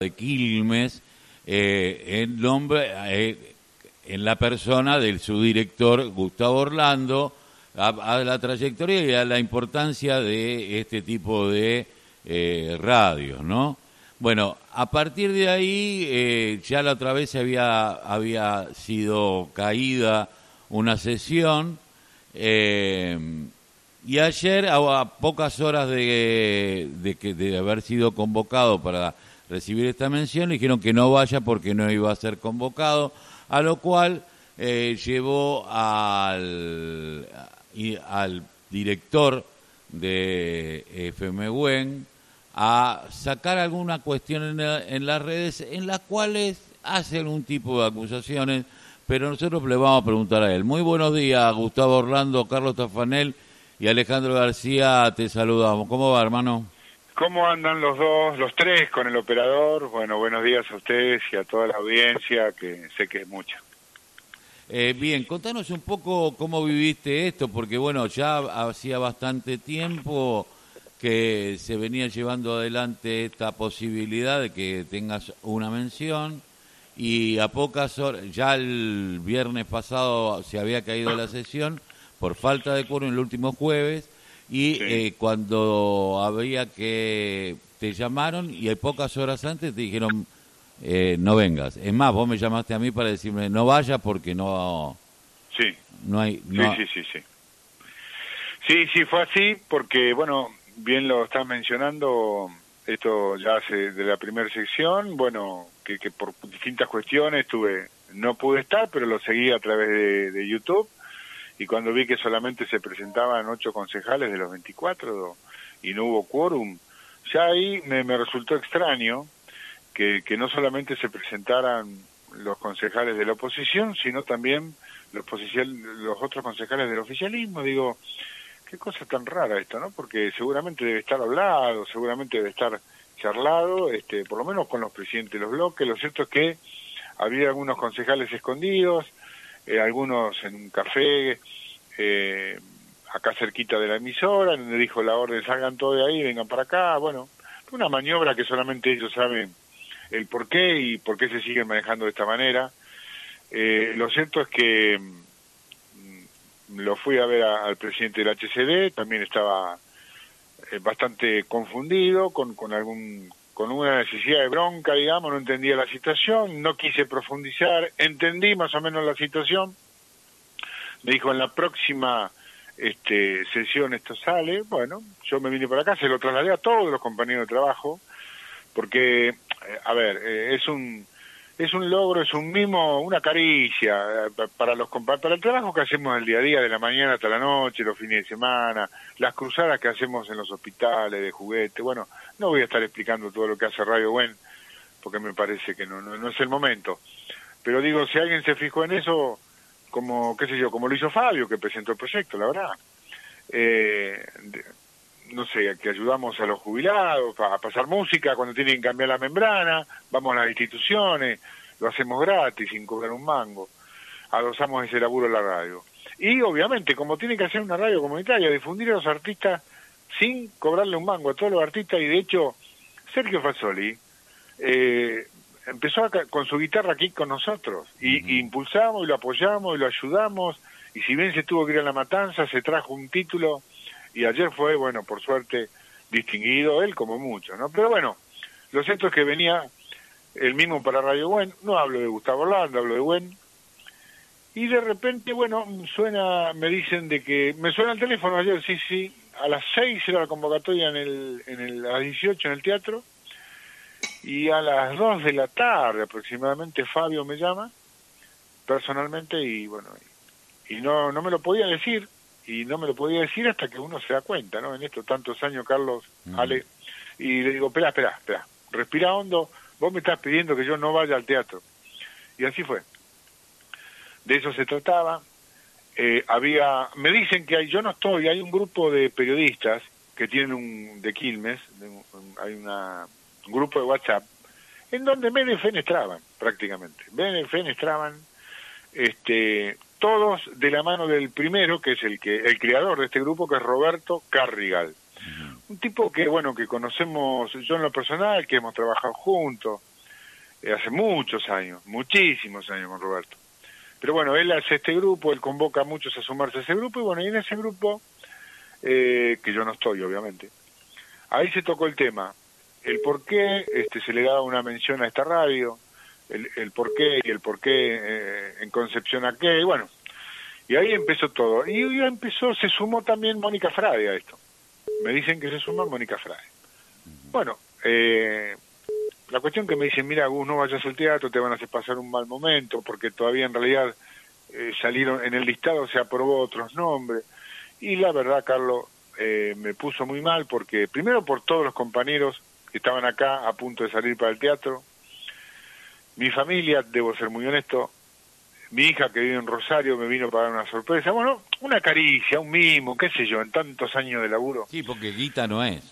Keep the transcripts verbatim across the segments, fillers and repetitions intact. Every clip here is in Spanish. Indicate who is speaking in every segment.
Speaker 1: de Quilmes, eh, en nombre, eh, en la persona del subdirector Gustavo Orlando, a, a la trayectoria y a la importancia de este tipo de eh, radios, ¿no? Bueno, a partir de ahí, eh, ya la otra vez había, había sido caída una sesión, eh, y ayer, a, a pocas horas de, de, que, de haber sido convocado para recibir esta mención, le dijeron que no vaya porque no iba a ser convocado, a lo cual eh, llevó al, al director de F M W E N a sacar alguna cuestión en, la, en las redes en las cuales hace algún tipo de acusaciones, pero nosotros le vamos a preguntar a él. Muy buenos días, Gustavo Orlando, Carlos Tafanel y Alejandro García, te saludamos. ¿Cómo va, hermano?
Speaker 2: ¿Cómo andan los dos, los tres con el operador? Bueno, buenos días a ustedes y a toda la audiencia, que sé que es mucha.
Speaker 1: Eh, bien, contanos un poco cómo viviste esto, porque bueno, ya hacía bastante tiempo que se venía llevando adelante esta posibilidad de que tengas una mención, y a pocas horas, ya el viernes pasado se había caído la sesión por falta de quórum el último jueves, y sí. eh, cuando había que te llamaron y hay pocas horas antes te dijeron eh, no vengas. Es más, vos me llamaste a mí para decirme no vayas porque no
Speaker 2: sí
Speaker 1: no hay no...
Speaker 2: sí sí sí sí sí sí fue así porque bueno, bien lo estás mencionando, esto ya hace de la primera sección, bueno, que, que por distintas cuestiones tuve, no pude estar, pero lo seguí a través de, de YouTube, y cuando vi que solamente se presentaban ocho concejales de los veinticuatro y no hubo quórum, ya ahí me, me resultó extraño que, que no solamente se presentaran los concejales de la oposición, sino también los, los otros concejales del oficialismo. Digo, qué cosa tan rara esto, ¿no? Porque seguramente debe estar hablado, seguramente debe estar charlado, este, por lo menos con los presidentes de los bloques. Lo cierto es que había algunos concejales escondidos, eh, algunos en un café, eh, acá cerquita de la emisora, donde dijo la orden, salgan todos de ahí, vengan para acá. Bueno, una maniobra que solamente ellos saben el por qué y por qué se siguen manejando de esta manera. Eh, lo cierto es que mm, lo fui a ver a, al presidente del H C D, también estaba eh, bastante confundido, con, con algún con una necesidad de bronca, digamos, no entendía la situación, no quise profundizar, entendí más o menos la situación. Me dijo, en la próxima este, sesión esto sale. Bueno, yo me vine para acá, se lo trasladé a todos los compañeros de trabajo, porque, eh, a ver, eh, es un es un logro, es un mimo, una caricia eh, para los para el trabajo que hacemos el día a día, de la mañana hasta la noche, los fines de semana, las cruzadas que hacemos en los hospitales de juguete. Bueno, no voy a estar explicando todo lo que hace Radio Buen, porque me parece que no, no, no es el momento. Pero digo, si alguien se fijó en eso, como, qué sé yo, como lo hizo Fabio, que presentó el proyecto, la verdad. Eh, de, no sé, que ayudamos a los jubilados a pasar música cuando tienen que cambiar la membrana, vamos a las instituciones, lo hacemos gratis, sin cobrar un mango, adosamos ese laburo en la radio. Y obviamente, como tiene que hacer una radio comunitaria, difundir a los artistas sin cobrarle un mango a todos los artistas, y de hecho, Sergio Fasoli eh, empezó acá, con su guitarra aquí con nosotros, y, uh-huh. y impulsamos y lo apoyamos y lo ayudamos, y si bien se tuvo que ir a La Matanza, se trajo un título, y ayer fue, bueno, por suerte, distinguido, él como mucho, ¿no? Pero bueno, lo cierto es que venía el mismo para Radio Buen, no hablo de Gustavo Orlando, hablo de Buen, y de repente, bueno, suena, me dicen de que, me suena el teléfono ayer, sí, sí, a las seis era la convocatoria en el, en el, a las dieciocho en el teatro, y a las dos de la tarde aproximadamente Fabio me llama, personalmente, y bueno, y, y no, no me lo podía decir, y no me lo podía decir hasta que uno se da cuenta, ¿no? En estos tantos años, Carlos, mm. Ale, y le digo, espera, espera, espera, respira hondo, vos me estás pidiendo que yo no vaya al teatro. Y así fue. De eso se trataba. Eh, había, me dicen que hay, yo no estoy, hay un grupo de periodistas que tienen un, de Quilmes, de un, hay una, un grupo de WhatsApp, en donde me defenestraban, prácticamente. Me defenestraban, este... todos de la mano del primero, que es el que el creador de este grupo, que es Roberto Carrigal. Uh-huh. Un tipo que, bueno, que conocemos yo en lo personal, que hemos trabajado juntos, eh, hace muchos años, muchísimos años con Roberto. Pero bueno, él hace este grupo, él convoca a muchos a sumarse a ese grupo, y bueno, y en ese grupo, eh, que yo no estoy, obviamente, ahí se tocó el tema, el por qué este, se le daba una mención a esta radio, el, el por qué y el por qué eh, en Concepción a qué, y bueno, y ahí empezó todo. Y hoy empezó, se sumó también Mónica Frade a esto. Me dicen que se suma Mónica Frade. Bueno, eh, la cuestión que me dicen, mira, Gus, no vayas al teatro, te van a hacer pasar un mal momento, porque todavía en realidad eh, salieron, en el listado se aprobó otros nombres. Y la verdad, Carlos, eh, me puso muy mal, porque primero por todos los compañeros que estaban acá a punto de salir para el teatro, mi familia, debo ser muy honesto, mi hija que vive en Rosario me vino para dar una sorpresa, bueno, una caricia, un mimo, qué sé yo, en tantos años de laburo.
Speaker 1: Sí, porque guita no es.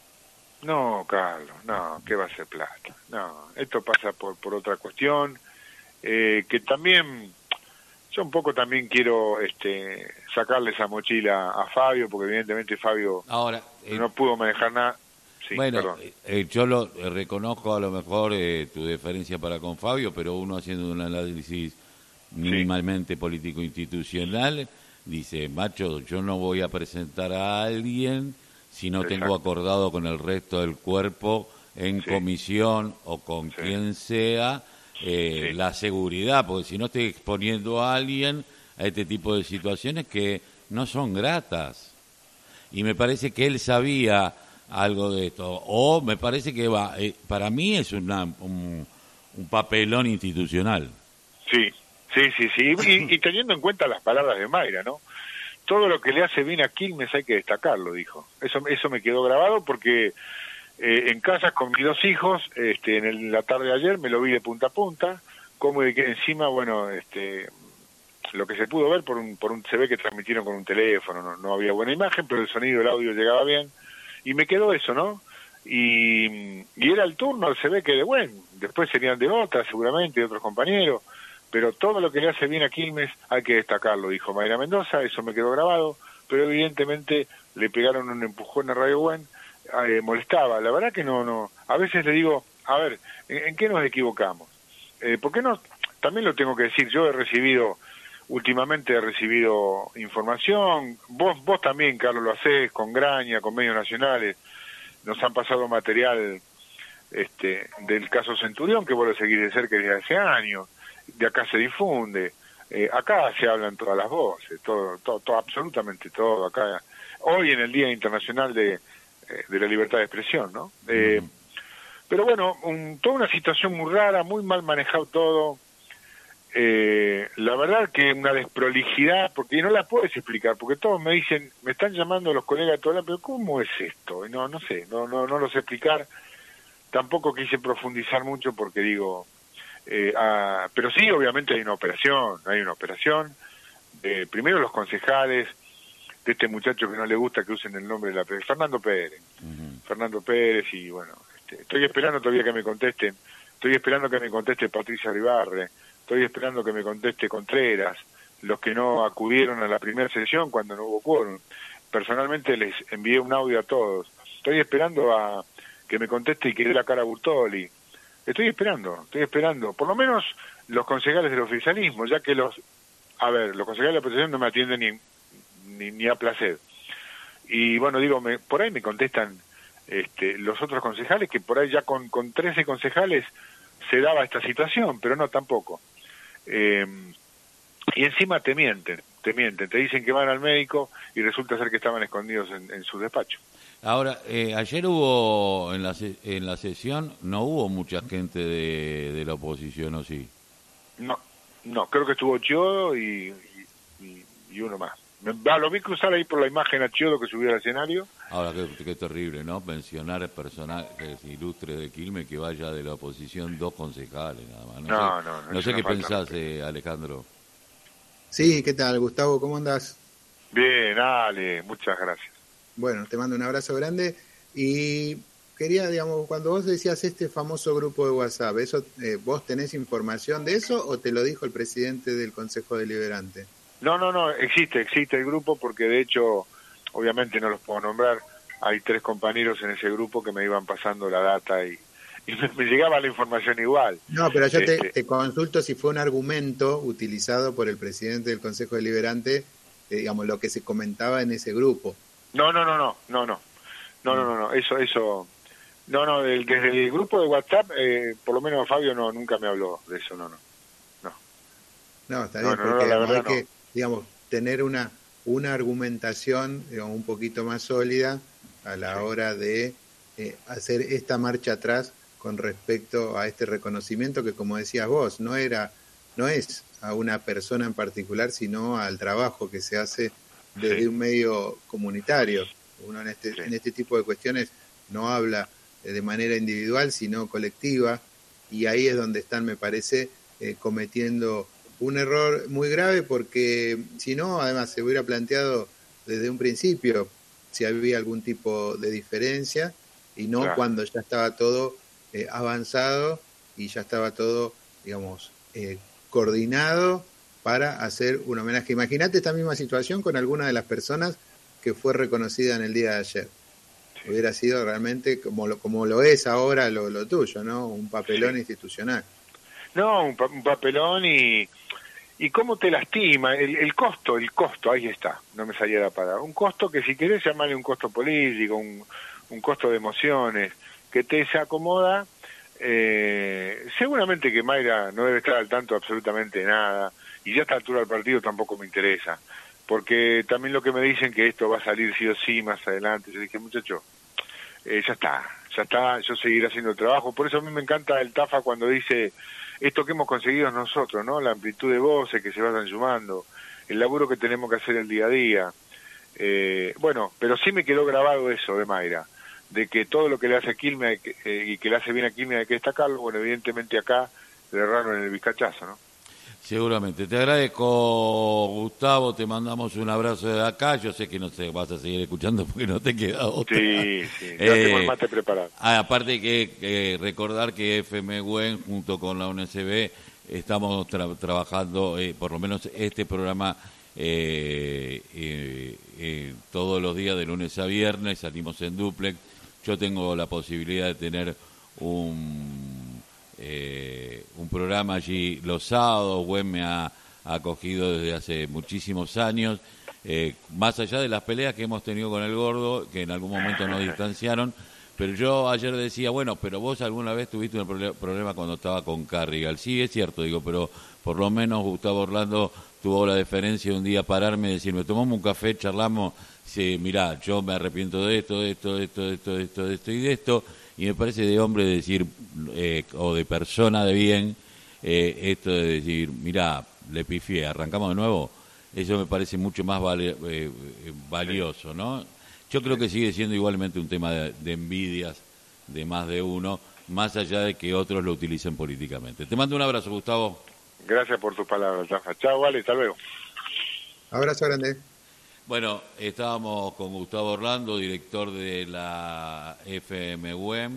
Speaker 2: No, Carlos, no, ¿qué va a ser plata? No, esto pasa por por otra cuestión, eh, que también, yo un poco también quiero este sacarle esa mochila a Fabio, porque evidentemente Fabio
Speaker 1: Ahora, eh,
Speaker 2: no pudo manejar nada. Sí,
Speaker 1: bueno,
Speaker 2: perdón.
Speaker 1: eh, yo lo eh, reconozco a lo mejor eh, tu deferencia para con Fabio, pero uno haciendo un análisis mínimamente político-institucional, dice, macho, yo no voy a presentar a alguien si no
Speaker 2: Exacto.
Speaker 1: tengo acordado con el resto del cuerpo en
Speaker 2: Sí.
Speaker 1: comisión o con
Speaker 2: Sí.
Speaker 1: quien sea eh,
Speaker 2: Sí.
Speaker 1: la seguridad, porque si no estoy exponiendo a alguien a este tipo de situaciones que no son gratas. Y me parece que él sabía algo de esto, o me parece que va, eh, para mí es una, un, un papelón institucional.
Speaker 2: Sí, sí, sí, sí, y, y teniendo en cuenta las palabras de Mayra, ¿no? Todo lo que le hace bien a Quilmes hay que destacarlo, dijo. Eso eso me quedó grabado porque eh, en casa con mis dos hijos, este, en el- la tarde de ayer me lo vi de punta a punta, como de que encima, bueno, este, lo que se pudo ver por un, por un, se ve que transmitieron con un teléfono, no, no había buena imagen, pero el sonido, el audio llegaba bien, y me quedó eso, ¿no? Y, y era el turno, se ve que de buen, después serían de otras seguramente, de otros compañeros, pero todo lo que le hace bien a Quilmes hay que destacarlo, dijo Mayra Mendoza, eso me quedó grabado, pero evidentemente le pegaron un empujón a Radio Buen, eh, molestaba, la verdad que no, no, a veces le digo, a ver, ¿en, en qué nos equivocamos? Eh, ¿Por qué no? También lo tengo que decir, yo he recibido, últimamente he recibido información, vos vos también, Carlos, lo hacés con Graña, con medios nacionales, nos han pasado material este del caso Centurión, que vos lo seguís de cerca desde hace años, de acá se difunde, eh, acá se hablan todas las voces, todo, todo, todo, absolutamente todo, acá, hoy en el Día Internacional de, eh, de la Libertad de Expresión, ¿no? Eh,
Speaker 1: Uh-huh.
Speaker 2: Pero bueno, un, toda una situación muy rara, muy mal manejado todo, eh, la verdad que una desprolijidad, porque no la puedes explicar, porque todos me dicen, me están llamando los colegas de todo, pero ¿cómo es esto? Y no, no sé, no, no, no lo sé explicar, tampoco quise profundizar mucho porque digo, eh, ah, pero sí, obviamente hay una operación, hay una operación, eh, primero los concejales de este muchacho que no le gusta que usen el nombre de la Fernando Pérez,
Speaker 1: Uh-huh.
Speaker 2: Fernando Pérez, y bueno, este, estoy esperando todavía que me contesten, estoy esperando que me conteste Patricia Ribarre, estoy esperando que me conteste Contreras, los que no acudieron a la primera sesión cuando no hubo quórum. Personalmente les envié un audio a todos. Estoy esperando a que me conteste y que dé la cara a Burtoli. Estoy esperando, estoy esperando. Por lo menos los concejales del oficialismo, ya que los... A ver, los concejales de la oposición no me atienden ni, ni, ni a placer. Y bueno, digo, me, por ahí me contestan este, los otros concejales, que por ahí ya con, con trece concejales se daba esta situación, pero no tampoco. Eh, y encima te mienten, te mienten, te dicen que van al médico y resulta ser que estaban escondidos en, en su despacho.
Speaker 1: Ahora, eh, ayer hubo, en la, se- en la sesión, no hubo mucha gente de, de la oposición, ¿o sí?
Speaker 2: No, no, creo que estuvo Chiodo y, y, y uno más. Me, va, lo vi cruzar ahí por la imagen a Chiodo que subió al escenario.
Speaker 1: Ahora, qué, qué terrible, ¿no? Mencionar personajes ilustres de Quilmes que vaya de la oposición dos concejales, nada más. No,
Speaker 2: No,
Speaker 1: sé,
Speaker 2: no, no,
Speaker 1: no
Speaker 2: es
Speaker 1: sé
Speaker 2: una
Speaker 1: qué
Speaker 2: falta de
Speaker 1: pensás,
Speaker 2: respeto.
Speaker 1: eh, Alejandro.
Speaker 3: Sí, ¿qué tal, Gustavo? ¿Cómo andás?
Speaker 2: Bien, Ale, muchas gracias.
Speaker 3: Bueno, te mando un abrazo grande y quería, digamos, cuando vos decías este famoso grupo de WhatsApp, ¿eso eh, vos tenés información de eso o te lo dijo el presidente del Consejo Deliberante?
Speaker 2: No, no, no, existe, existe el grupo porque de hecho, obviamente no los puedo nombrar, hay tres compañeros en ese grupo que me iban pasando la data y, y me, me llegaba la información igual.
Speaker 3: No, pero yo
Speaker 2: este,
Speaker 3: te, te consulto si fue un argumento utilizado por el presidente del Consejo Deliberante, eh, digamos, lo que se comentaba en ese grupo.
Speaker 2: No, no, no, no, no, no, no, no, no, no, eso, eso, no, no, del, desde el grupo de WhatsApp, eh, por lo menos Fabio no, nunca me habló de eso, no, no, no.
Speaker 3: No, está
Speaker 2: no,
Speaker 3: bien,
Speaker 2: no,
Speaker 3: porque
Speaker 2: no, la
Speaker 3: digamos, hay
Speaker 2: verdad
Speaker 3: que,
Speaker 2: no.
Speaker 3: digamos, tener una, una argumentación, digamos, un poquito más sólida a la
Speaker 2: Sí.
Speaker 3: hora de eh, hacer esta marcha atrás con respecto a este reconocimiento que, como decías vos, no era, no es a una persona en particular, sino al trabajo que se hace desde
Speaker 2: Sí.
Speaker 3: un medio comunitario. Uno en este,
Speaker 2: Sí.
Speaker 3: en este tipo de cuestiones no habla eh, de manera individual, sino colectiva, y ahí es donde están, me parece, eh, cometiendo un error muy grave, porque si no, además se hubiera planteado desde un principio si había algún tipo de diferencia, y no
Speaker 2: Claro.
Speaker 3: cuando ya estaba todo eh, avanzado y ya estaba todo, digamos, eh, coordinado para hacer un homenaje. Imagínate esta misma situación con alguna de las personas que fue reconocida en el día de ayer.
Speaker 2: Sí.
Speaker 3: Hubiera sido realmente como lo, como lo es ahora lo, lo tuyo, ¿no? Un papelón
Speaker 2: Sí.
Speaker 3: institucional.
Speaker 2: No, un, pa un papelón y, y cómo te lastima, el, el costo, el costo, ahí está, no me salía la palabra. Un costo que si querés llamarle un costo político, un, un costo de emociones, que te desacomoda. Eh, seguramente que Mayra no debe estar al tanto absolutamente de nada, y ya a esta altura del partido tampoco me interesa, porque también lo que me dicen que esto va a salir sí o sí más adelante. Yo dije, muchacho, eh, ya está, ya está, yo seguiré haciendo el trabajo. Por eso a mí me encanta el Tafa cuando dice esto que hemos conseguido nosotros, ¿no? La amplitud de voces que se vayan sumando, el laburo que tenemos que hacer el día a día. Eh, bueno, pero sí me quedó grabado eso de Mayra, de que todo lo que le hace a Quilmes eh, y que le hace bien a Quilmes hay que destacarlo. Bueno, evidentemente acá le erraron en el vizcachazo, ¿no?
Speaker 1: Seguramente. Te agradezco, Gustavo, te mandamos un abrazo de acá. Yo sé que no te vas a seguir escuchando porque no te queda otra.
Speaker 2: Sí, sí, ya
Speaker 1: eh,
Speaker 2: tengo el mate preparado.
Speaker 1: Ah, aparte que eh, recordar que F M W E N junto con la U N S B estamos tra trabajando, eh, por lo menos este programa, eh, eh, eh, todos los días de lunes a viernes, salimos en duplex. Yo tengo la posibilidad de tener un... Eh, un programa allí los sábados. W E M me ha, ha acogido desde hace muchísimos años, eh, más allá de las peleas que hemos tenido con el Gordo, que en algún momento nos distanciaron, pero yo ayer decía, bueno, pero vos alguna vez tuviste un proble problema cuando estaba con Carrigal. Sí, es cierto, digo, pero por lo menos Gustavo Orlando tuvo la deferencia de un día pararme y decirme, tomamos un café, charlamos, sí, mirá, yo me arrepiento de esto, de esto, de esto, de esto, de esto, de esto y de esto. Y me parece de hombre decir, eh, o de persona de bien, eh, esto de decir, mirá, le pifié, arrancamos de nuevo, eso me parece mucho más vale, eh, valioso, ¿no? Yo creo que sigue siendo igualmente un tema de, de envidias de más de uno, más allá de que otros lo utilicen políticamente. Te mando un abrazo, Gustavo.
Speaker 2: Gracias por tus palabras, Tafa. Chao, vale, hasta luego.
Speaker 3: Abrazo grande.
Speaker 1: Bueno, estábamos con Gustavo Orlando, director de la F M W E M.